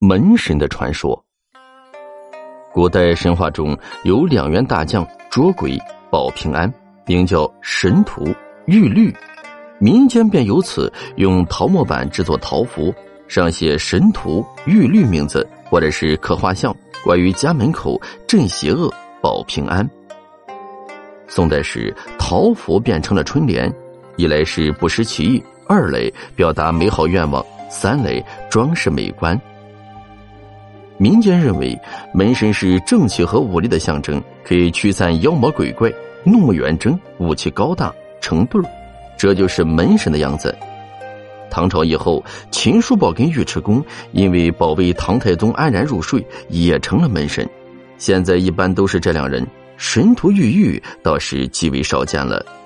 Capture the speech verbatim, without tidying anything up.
门神的传说。古代神话中有两员大将捉鬼保平安，名叫神荼、玉律，民间便由此用陶木板制作陶符，上写神荼、玉律名字，或者是刻画像，挂于家门口镇邪恶保平安。宋代时，陶符变成了春联，一来是不失其意，二来表达美好愿望，三来装饰美观。民间认为门神是正气和武力的象征，可以驱散妖魔鬼怪，怒目圆睁，武器高大，成对儿，这就是门神的样子。唐朝以后，秦叔宝跟尉迟恭因为保卫唐太宗安然入睡，也成了门神。现在一般都是这两人，神荼、玉律倒是极为少见了。